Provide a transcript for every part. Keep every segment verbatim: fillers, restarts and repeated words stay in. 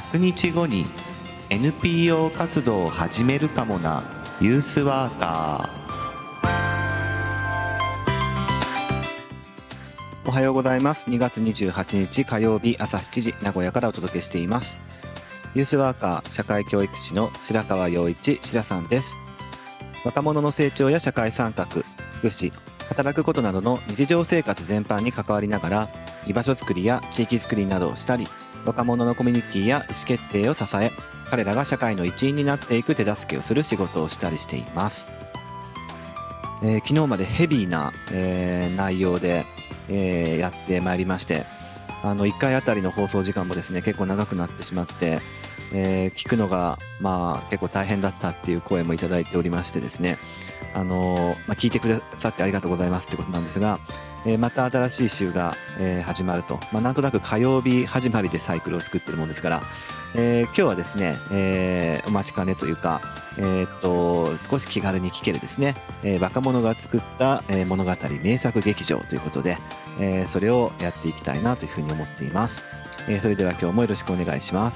ひゃくにちごに エヌピーオー 活動を始めるかもなユースワーカー。おはようございます。にがつにじゅうはちにち火曜日朝しちじ、名古屋からお届けしています。ユースワーカー社会教育士の白川陽一白さんです。若者の成長や社会参画、福祉、働くことなどの日常生活全般に関わりながら、居場所づくりや地域づくりなどをしたり、若者のコミュニティや意思決定を支え、彼らが社会の一員になっていく手助けをする仕事をしたりしています。えー、昨日までヘビーな、えー、内容で、えー、やってまいりまして、あのいっかいあたりの放送時間もですね結構長くなってしまって、えー、聞くのがまあ結構大変だったっていう声もいただいておりましてですね、あのーまあ、聞いてくださってありがとうございますってことなんですが、えー、また新しい週が、えー、始まると、まあ、なんとなく火曜日始まりでサイクルを作ってるもんですから、えー、今日はですね、えー、お待ちかねというか、えー、っと少し気軽に聞けるですね、えー、若者が作った、えー、物語名作劇場ということで、えー、それをやっていきたいなというふうに思っています。えー、それでは今日もよろしくお願いします。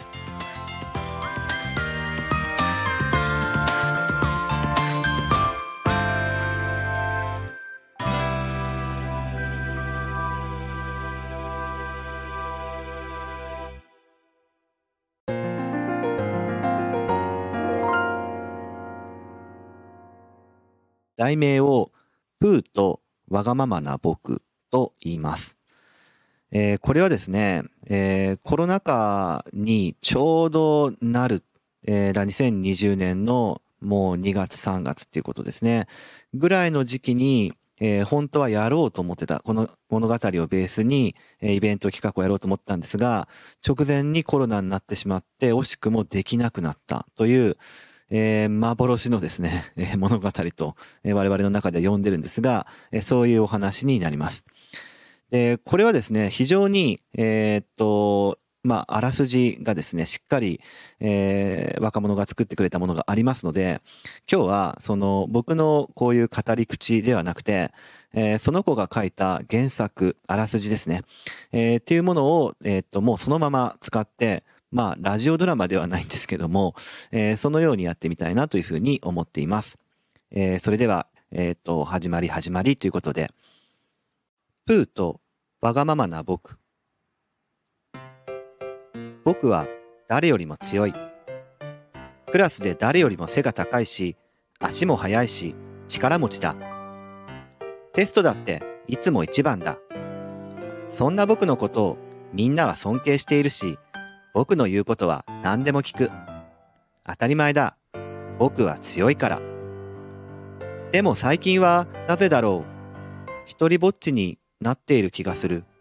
題名をプーとわがままな僕と言います。えー、これはですね、えー、コロナ禍にちょうどなる、えー、にせんにじゅうねんのもうにがつさんがつっていうことですねぐらいの時期に、えー、本当はやろうと思ってたこの物語をベースに、えー、イベント企画をやろうと思ったんですが、直前にコロナになってしまって惜しくもできなくなったというえー、幻のですね、えー、物語と、えー、我々の中で呼んでるんですが、えー、そういうお話になります。で、これはですね、非常に、えー、っと、まあ、あらすじがですね、しっかり、えー、若者が作ってくれたものがありますので、今日は、その、僕のこういう語り口ではなくて、えー、その子が書いた原作、あらすじですね、えー、っていうものを、えー、っと、もうそのまま使って、まあ、ラジオドラマではないんですけども、えー、そのようにやってみたいなというふうに思っています。えー、それでは、えっと、始まり始まりということで、プーとわがままな僕。僕は誰よりも強い。クラスで誰よりも背が高いし、足も速いし、力持ちだ。テストだっていつも一番だ。そんな僕のことをみんなは尊敬しているし、僕の言うことは何でも聞く。当たり前だ。僕は強いから。でも最近はなぜだろう。一人ぼっちになっている気がする。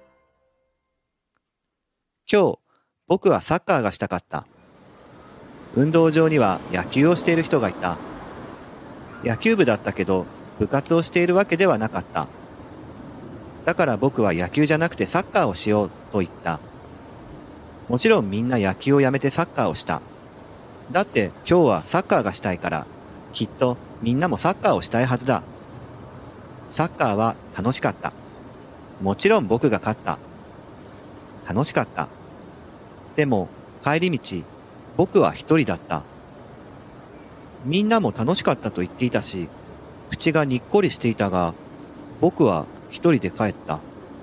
今日、僕はサッカーがしたかった。運動場には野球をしている人がいた。野球部だったけど、部活をしているわけではなかった。だから僕は野球じゃなくてサッカーをしようと言った。もちろんみんな野球をやめてサッカーをした。だって今日はサッカーがしたいから、きっとみんなもサッカーをしたいはずだ。サッカーは楽しかった。もちろん僕が勝った。楽しかった。でも帰り道、僕は一人だった。みんなも楽しかったと言っていたし、口がにっこりしていたが、僕は一人で帰った。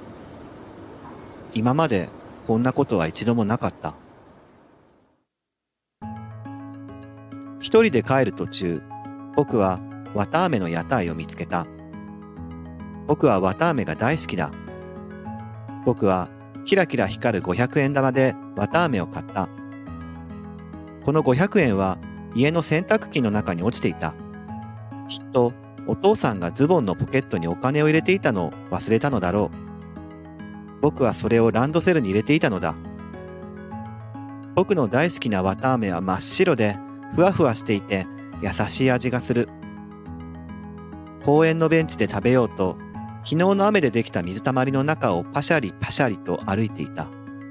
今までこんなことは一度もなかった。一人で帰る途中、僕は綿あめの屋台を見つけた。僕は綿あめが大好きだ。僕はキラキラ光るごひゃくえん玉で綿あめを買った。このごひゃくえんは家の洗濯機の中に落ちていた。きっとお父さんがズボンのポケットにお金を入れていたのを忘れたのだろう。僕はそれをランドセルに入れていたのだ。僕の大好きな綿あめは真っ白でふわふわしていて優しい味がする。公園のベンチで食べようと昨日の雨でできた水たまりの中をパシャリパシャリと歩いていた。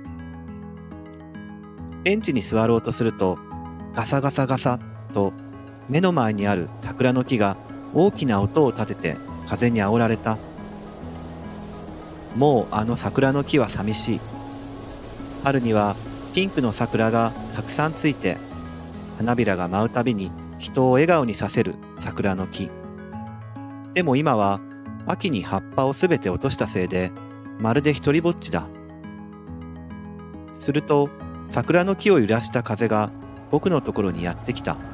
ベンチに座ろうとするとガサガサガサと目の前にある桜の木が大きな音を立てて風に煽られた。もうあの桜の木は寂しい。春にはピンクの桜がたくさんついて、花びらが舞うたびに人を笑顔にさせる桜の木。でも今は秋に葉っぱをすべて落としたせいで、まるで一人ぼっちだ。すると、桜の木を揺らした風が僕のところにやってきた。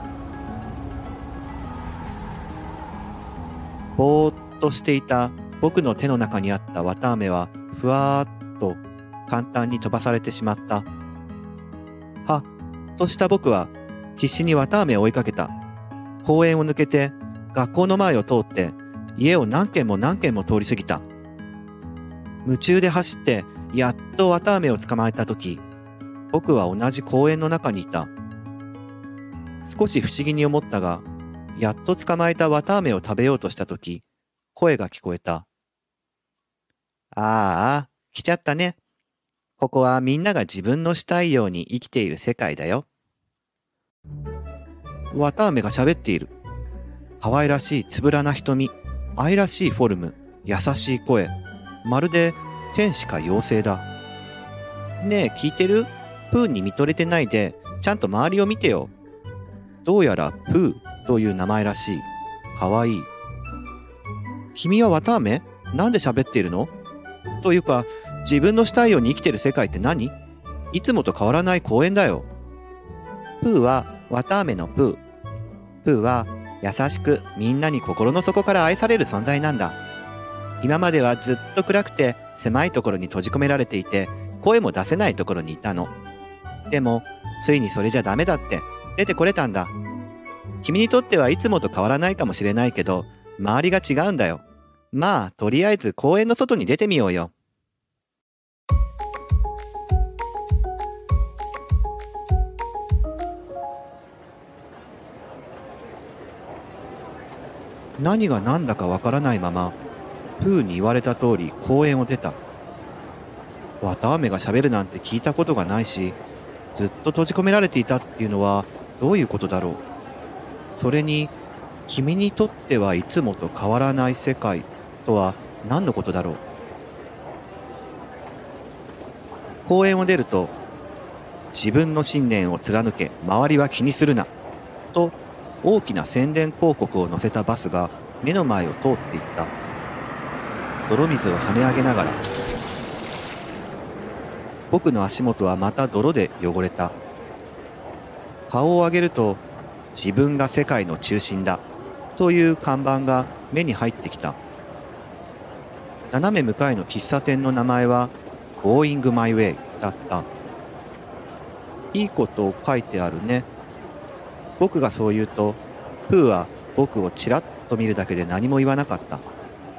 ぼーっとしていた僕の手の中にあった綿あめはふわーっと簡単に飛ばされてしまった。はっとした僕は必死に綿あめを追いかけた。公園を抜けて学校の前を通って家を何軒も何軒も通り過ぎた。夢中で走ってやっと綿あめを捕まえたとき、僕は同じ公園の中にいた。少し不思議に思ったが、やっと捕まえた綿あめを食べようとしたとき、声が聞こえた。ああ、来ちゃったね。ここはみんなが自分のしたいように生きている世界だよ。綿あめが喋っている。可愛らしいつぶらな瞳、愛らしいフォルム、優しい声、まるで天使か妖精だ。ねえ、聞いてる？プーに見とれてないで、ちゃんと周りを見てよ。どうやらプーという名前らしい。かわいい。君は綿あめ？なんで喋っているの？というか、自分のしたいように生きてる世界って何？いつもと変わらない公園だよ。プーは綿あめのプー。プーは優しくみんなに心の底から愛される存在なんだ。今まではずっと暗くて狭いところに閉じ込められていて、声も出せないところにいたの。でも、ついにそれじゃダメだって出てこれたんだ。君にとってはいつもと変わらないかもしれないけど、周りが違うんだよ。まあ、とりあえず公園の外に出てみようよ。何が何だかわからないまま、プーに言われた通り公園を出た。綿あめが喋るなんて聞いたことがないし、ずっと閉じ込められていたっていうのはどういうことだろう。それに、君にとってはいつもと変わらない世界とは何のことだろう。公園を出ると、自分の信念を貫け、周りは気にするな、と大きな宣伝広告を載せたバスが目の前を通っていった。泥水を跳ね上げながら、僕の足元はまた泥で汚れた。顔を上げると、自分が世界の中心だという看板が目に入ってきた。斜め向かいの喫茶店の名前は Going My Way だった。いいこと書いてあるね。僕がそう言うと、プーは僕をちらっと見るだけで何も言わなかった。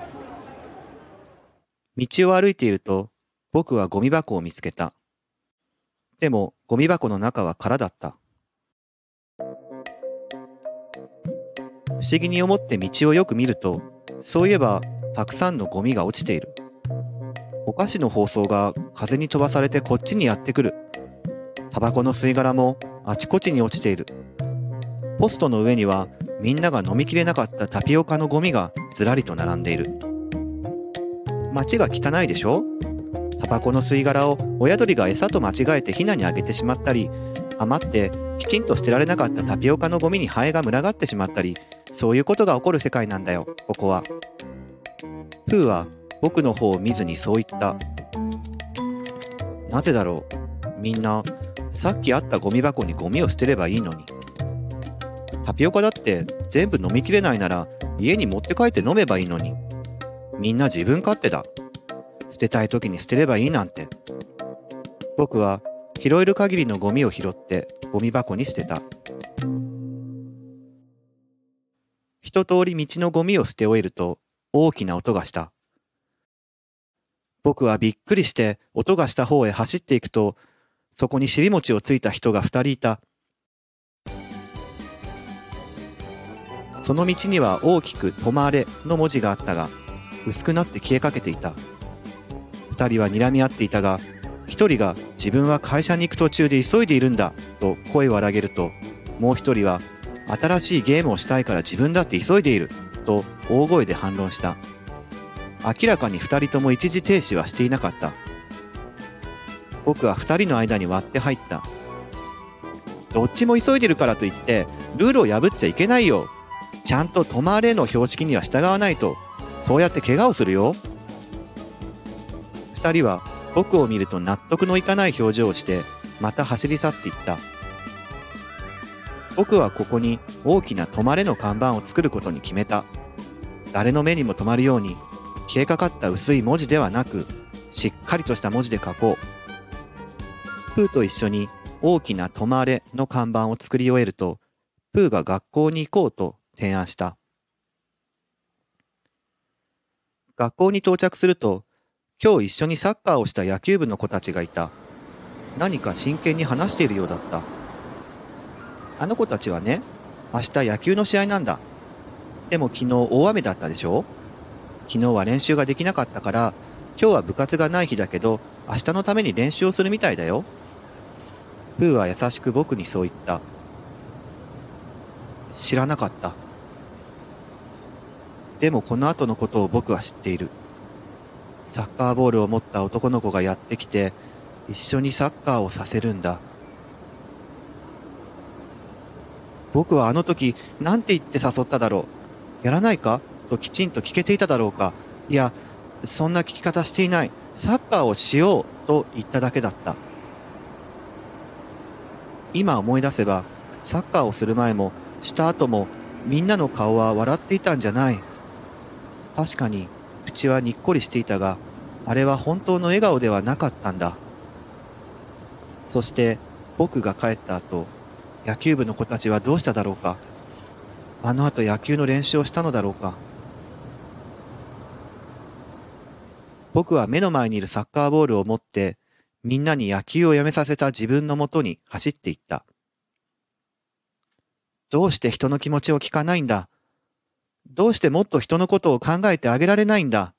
道を歩いていると、僕はゴミ箱を見つけた。でも、ゴミ箱の中は空だった。不思議に思って道をよく見ると、そういえばたくさんのゴミが落ちている。お菓子の包装が風に飛ばされてこっちにやってくる。タバコの吸い殻もあちこちに落ちている。ポストの上にはみんなが飲みきれなかったタピオカのゴミがずらりと並んでいる。街が汚いでしょ？タバコの吸い殻を親鳥が餌と間違えてヒナにあげてしまったり、余ってきちんと捨てられなかったタピオカのゴミにハエが群がってしまったり、そういうことが起こる世界なんだよ、ここは。プーは僕の方を見ずにそう言った。なぜだろう。みんなさっきあったゴミ箱にゴミを捨てればいいのに。タピオカだって全部飲みきれないなら家に持って帰って飲めばいいのに。みんな自分勝手だ。捨てたい時に捨てればいいなんて。僕は拾える限りのゴミを拾ってゴミ箱に捨てた。一通り道のゴミを捨て終えると大きな音がした。僕はびっくりして音がした方へ走っていくと、そこに尻餅をついた人が二人いた。その道には大きく止まれの文字があったが、薄くなって消えかけていた。二人は睨み合っていたが、一人が自分は会社に行く途中で急いでいるんだと声を荒げると、もう一人は新しいゲームをしたいから自分だって急いでいると大声で反論した。明らかに二人とも一時停止はしていなかった。 僕は二人の間に割って入った。どっちも急いでるからといってルールを破っちゃいけないよ。ちゃんと止まれの標識には従わないと、そうやって怪我をするよ。二人は僕を見ると納得のいかない表情をしてまた走り去っていった。僕はここに大きな止まれの看板を作ることに決めた。誰の目にも留まるように消えかかった薄い文字ではなく、しっかりとした文字で書こう。プーと一緒に大きな止まれの看板を作り終えると、プーが学校に行こうと提案した。学校に到着すると、今日一緒にサッカーをした野球部の子たちがいた。何か真剣に話しているようだった。あの子たちはね、明日野球の試合なんだ。でも昨日大雨だったでしょ。昨日は練習ができなかったから、今日は部活がない日だけど、明日のために練習をするみたいだよ。プーは優しく僕にそう言った。知らなかった。でもこの後のことを僕は知っている。サッカーボールを持った男の子がやってきて、一緒にサッカーをさせるんだ。僕はあの時なんて言って誘っただろう。やらないかときちんと聞けていただろうか。いや、そんな聞き方していない。サッカーをしようと言っただけだった。今思い出せば、サッカーをする前もした後もみんなの顔は笑っていたんじゃない。確かに口はにっこりしていたが、あれは本当の笑顔ではなかったんだ。そして僕が帰った後、野球部の子たちはどうしただろうか。あの後野球の練習をしたのだろうか。僕は目の前にいるサッカーボールを持って、みんなに野球をやめさせた自分のもとに走っていった。どうして人の気持ちを聞かないんだ。どうしてもっと人のことを考えてあげられないんだ。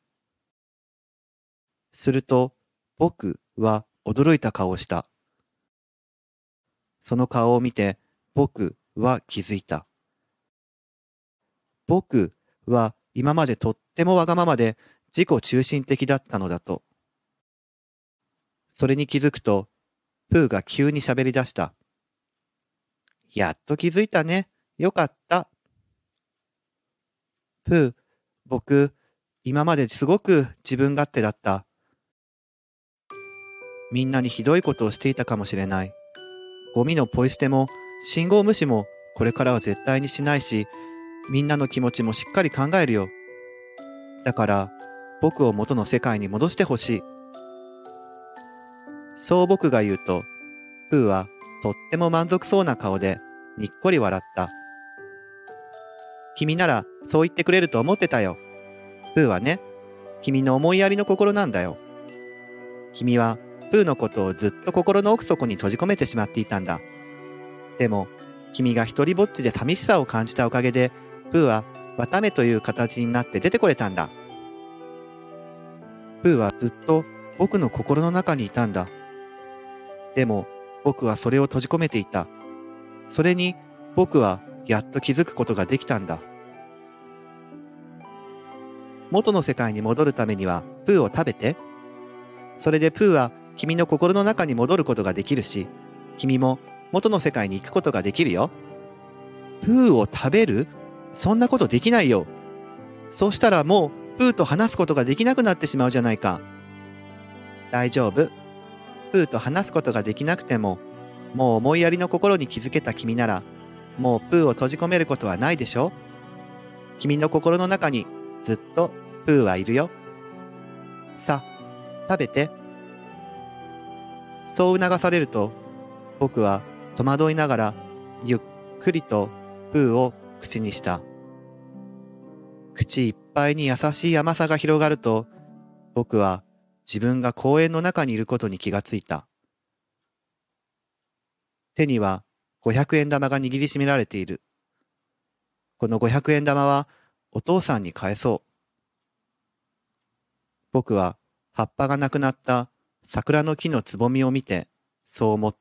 すると、僕は驚いた顔をした。その顔を見て、僕は気づいた。僕は今までとってもわがままで自己中心的だったのだと。それに気づくと、プーが急に喋り出した。やっと気づいたね。よかった。プー、僕、今まですごく自分勝手だった。みんなにひどいことをしていたかもしれない。ゴミのポイ捨ても信号無視もこれからは絶対にしないし、みんなの気持ちもしっかり考えるよ。だから僕を元の世界に戻してほしい。そう僕が言うと、プーはとっても満足そうな顔でにっこり笑った。君ならそう言ってくれると思ってたよ。プーはね、君の思いやりの心なんだよ。君はプーのことをずっと心の奥底に閉じ込めてしまっていたんだ。でも、君が一人ぼっちで寂しさを感じたおかげで、プーは綿目という形になって出てこれたんだ。プーはずっと僕の心の中にいたんだ。でも、僕はそれを閉じ込めていた。それに、僕はやっと気づくことができたんだ。元の世界に戻るためには、プーを食べて。それでプーは君の心の中に戻ることができるし、君も元の世界に行くことができるよ。プーを食べる？そんなことできないよ。そうしたらもうプーと話すことができなくなってしまうじゃないか。大丈夫。プーと話すことができなくても、もう思いやりの心に気づけた君なら、もうプーを閉じ込めることはないでしょ。君の心の中にずっとプーはいるよ。さ、食べて。そう促されると、僕は戸惑いながらゆっくりとプーを口にした。口いっぱいに優しい甘さが広がると、僕は自分が公園の中にいることに気がついた。手にはごひゃくえん玉が握りしめられている。このごひゃくえん玉はお父さんに返そう。僕は葉っぱがなくなった桜の木のつぼみを見てそう思った。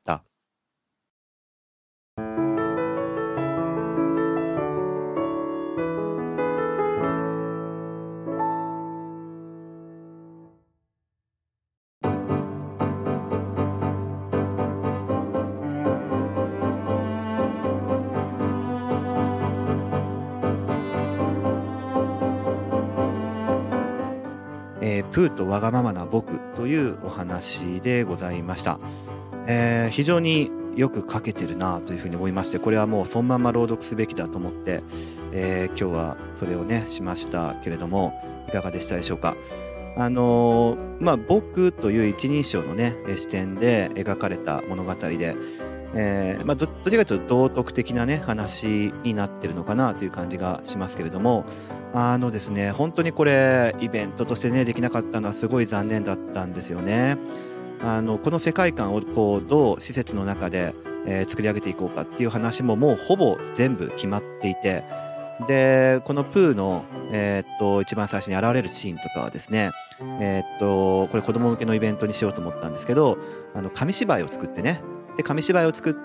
えー、プーとわがままな僕というお話でございました。えー、非常によく書けてるなというふうに思いまして、これはもうそのまま朗読すべきだと思って、えー、今日はそれをねしましたけれども、いかがでしたでしょうか。あのー、まあ僕という一人称のね視点で描かれた物語で、えーまあ、ど, どちらかというと道徳的なね話になってるのかなという感じがしますけれども、あのですね本当にこれイベントとしてねできなかったのはすごい残念だったんですよね。あのこの世界観をこうどう施設の中で、えー、作り上げていこうかっていう話ももうほぼ全部決まっていて、でこのプーの、えー、っと一番最初に現れるシーンとかはですね、えー、っとこれ子供向けのイベントにしようと思ったんですけど、あの紙芝居を作ってね、で紙芝居を作って、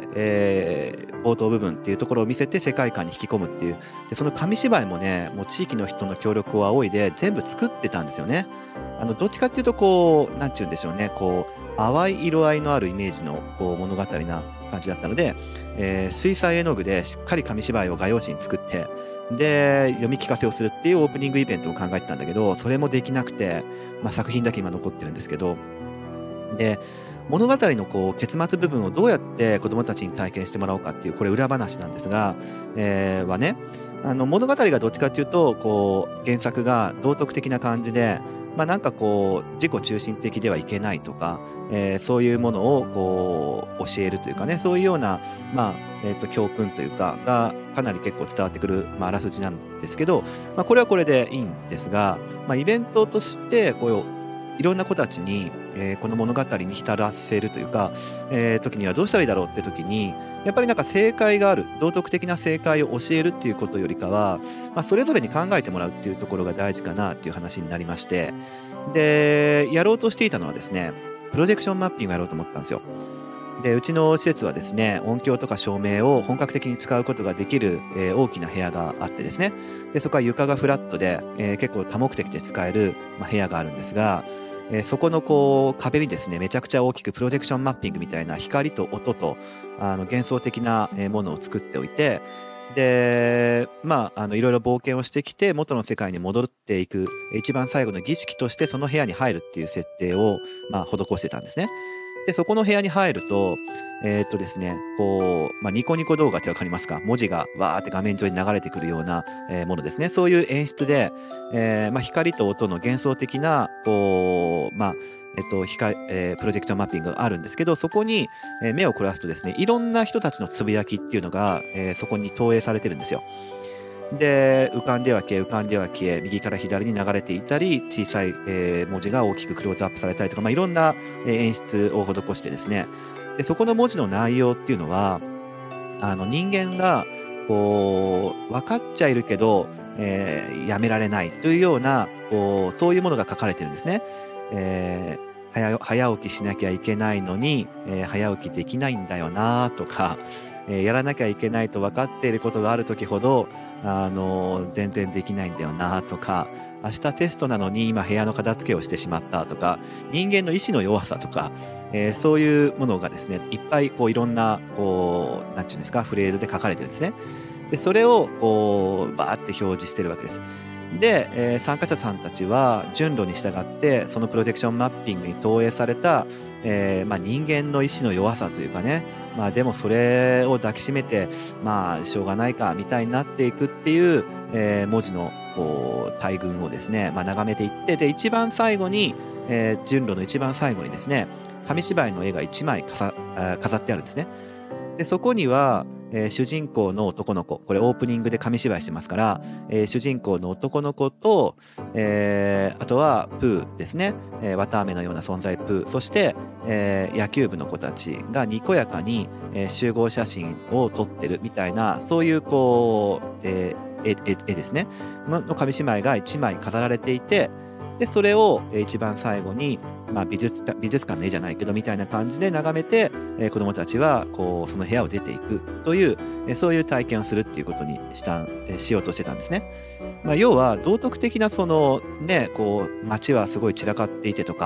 えー、冒頭部分っていうところを見せて世界観に引き込むっていう、でその紙芝居もねもう地域の人の協力を仰いで全部作ってたんですよね。あのどっちかっていうとこうなんて言うんでしょうね、こう淡い色合いのあるイメージのこう物語な感じだったので、えー、水彩絵の具でしっかり紙芝居を画用紙に作ってで読み聞かせをするっていうオープニングイベントを考えてたんだけど、それもできなくて、まあ、作品だけ今残ってるんですけど、で物語のこう結末部分をどうやって子どもたちに体験してもらおうかっていうこれ裏話なんですが、えー、はねあの物語がどっちかっていうとこう原作が道徳的な感じで、まあ、なんかこう自己中心的ではいけないとか、えー、そういうものをこう教えるというかね、そういうような、まあえー、と教訓というかがかなり結構伝わってくる、まあ、あらすじなんですけど、まあ、これはこれでいいんですが、まあ、イベントとしてこういろんな子たちに、えー、この物語に浸らせるというか、えー、時にはどうしたらいいだろうって時にやっぱりなんか正解がある、道徳的な正解を教えるっていうことよりかは、まあ、それぞれに考えてもらうっていうところが大事かなっていう話になりまして、でやろうとしていたのはですねプロジェクションマッピングをやろうと思ったんですよ。でうちの施設はですね音響とか照明を本格的に使うことができる、えー、大きな部屋があってですね、でそこは床がフラットで、えー、結構多目的で使える、まあ、部屋があるんですが、えー、そこのこう壁にですねめちゃくちゃ大きくプロジェクションマッピングみたいな光と音とあの幻想的なものを作っておいて、でまああのいろいろ冒険をしてきて元の世界に戻っていく一番最後の儀式としてその部屋に入るっていう設定を、まあ、施してたんですね。でそこの部屋に入るとえー、っとですねこう、まあ、ニコニコ動画ってわかりますか、文字がわーって画面上に流れてくるような、えー、ものですね。そういう演出で、えーまあ、光と音の幻想的なこうまあえっと光えー、プロジェクションマッピングがあるんですけど、そこに、えー、目を凝らすとですねいろんな人たちのつぶやきっていうのが、えー、そこに投影されてるんですよ。で浮かんでは消え浮かんでは消え右から左に流れていたり小さい、えー、文字が大きくクローズアップされたりとか、まあ、いろんな、えー、演出を施してですね、でそこの文字の内容っていうのはあの人間がこう分かっちゃいるけど、えー、やめられないというようなこうそういうものが書かれてるんですね。えー早、早起きしなきゃいけないのに、えー、早起きできないんだよなとか、えー、やらなきゃいけないと分かっていることがある時ほど、あのー、全然できないんだよなとか、明日テストなのに今部屋の片付けをしてしまったとか、人間の意志の弱さとか、えー、そういうものがですねいっぱいこういろんなこうなんていうんですかフレーズで書かれてるんですね。でそれをこうバーって表示してるわけです。で、えー、参加者さんたちは順路に従ってそのプロジェクションマッピングに投影された、えーまあ、人間の意志の弱さというかね、まあ、でもそれを抱きしめてまあしょうがないかみたいになっていくっていう、えー、文字のこう大群をですね、まあ、眺めていって、で一番最後に、えー、順路の一番最後にですね紙芝居の絵がいちまい飾ってあるんですね。でそこにはえー、主人公の男の子、これオープニングで紙芝居してますから、えー、主人公の男の子と、えー、あとはプーですね、えー、綿あめのような存在プー、そして、えー、野球部の子たちがにこやかに、えー、集合写真を撮ってるみたいな、そういうこう、えー、絵, 絵, 絵ですねの紙芝居がいちまい飾られていて、でそれを一番最後に、まあ、美術美術館の絵じゃないけどみたいな感じで眺めて、えー、子どもたちはこうその部屋を出ていくという、えー、そういう体験をするっていうことにした、えー、しようとしてたんですね。まあ、要は道徳的なそのねこう街はすごい散らかっていてとか、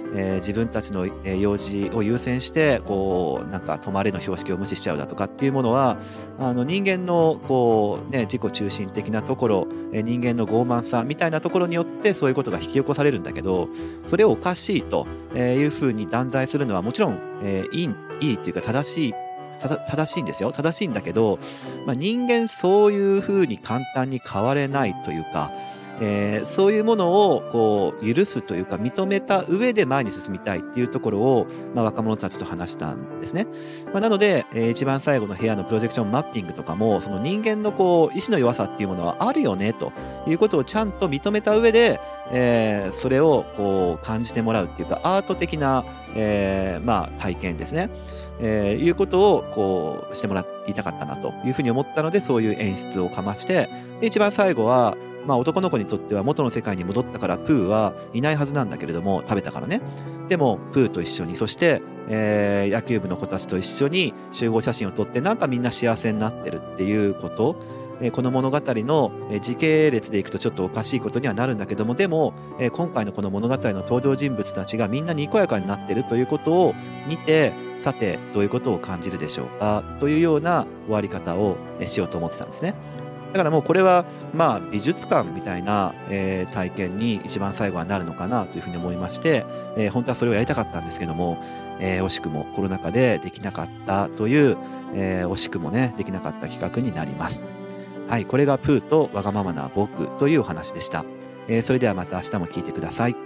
えー、自分たちの用事を優先してこうなんか止まれの標識を無視しちゃうだとかっていうものは、あの人間のこう、ね、自己中心的なところ、えー、人間の傲慢さみたいなところによってそういうことが引き起こされるんだけど、それをおかしいというふうに断罪するのはもちろん、えー、いい、いいっていうか正しい正しいんですよ。正しいんだけど、まあ、人間そういうふうに簡単に変われないというか、えー、そういうものをこう許すというか認めた上で前に進みたいっていうところを、まあ、若者たちと話したんですね。まあ、なので、えー、一番最後の部屋のプロジェクションマッピングとかも、その人間のこう意志の弱さっていうものはあるよねということをちゃんと認めた上で、えー、それをこう感じてもらうっていうかアート的な、えー、まあ体験ですね。えー、いうことをこうしてもらいたかったなというふうに思ったので、そういう演出をかまして、で一番最後は、まあ、男の子にとっては元の世界に戻ったからプーはいないはずなんだけれども、食べたからね。でもプーと一緒に、そして、えー、野球部の子たちと一緒に集合写真を撮って、なんかみんな幸せになってるっていうこと、えー、この物語の時系列でいくとちょっとおかしいことにはなるんだけども、でも、えー、今回のこの物語の登場人物たちがみんなにこやかになってるということを見て、さてどういうことを感じるでしょうかというような終わり方をしようと思ってたんですね。だからもうこれはまあ美術館みたいな、えー、体験に一番最後はなるのかなというふうに思いまして、えー、本当はそれをやりたかったんですけども、えー、惜しくもコロナ禍でできなかったという、えー、惜しくもねできなかった企画になります。はい、これがプーとわがままな僕というお話でした。えー、それではまた明日も聞いてください。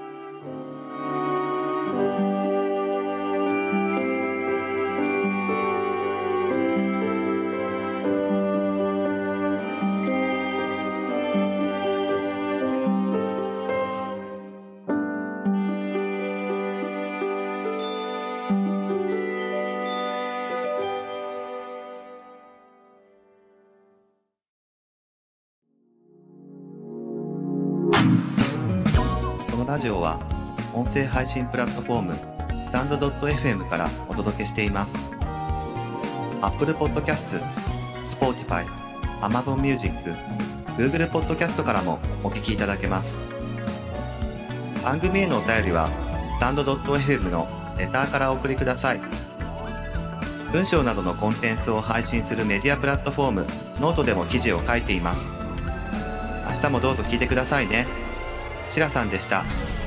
このラジオは音声配信プラットフォームスタンド ドットエフエム からお届けしています。 Apple Podcast、Spotify、Amazon Music、Google Podcast からもお聞きいただけます。番組へのお便りはスタンド ドットエフエム のレターからお送りください。文章などのコンテンツを配信するメディアプラットフォームノートでも記事を書いています。明日もどうぞ聞いてくださいね。シラさんでした。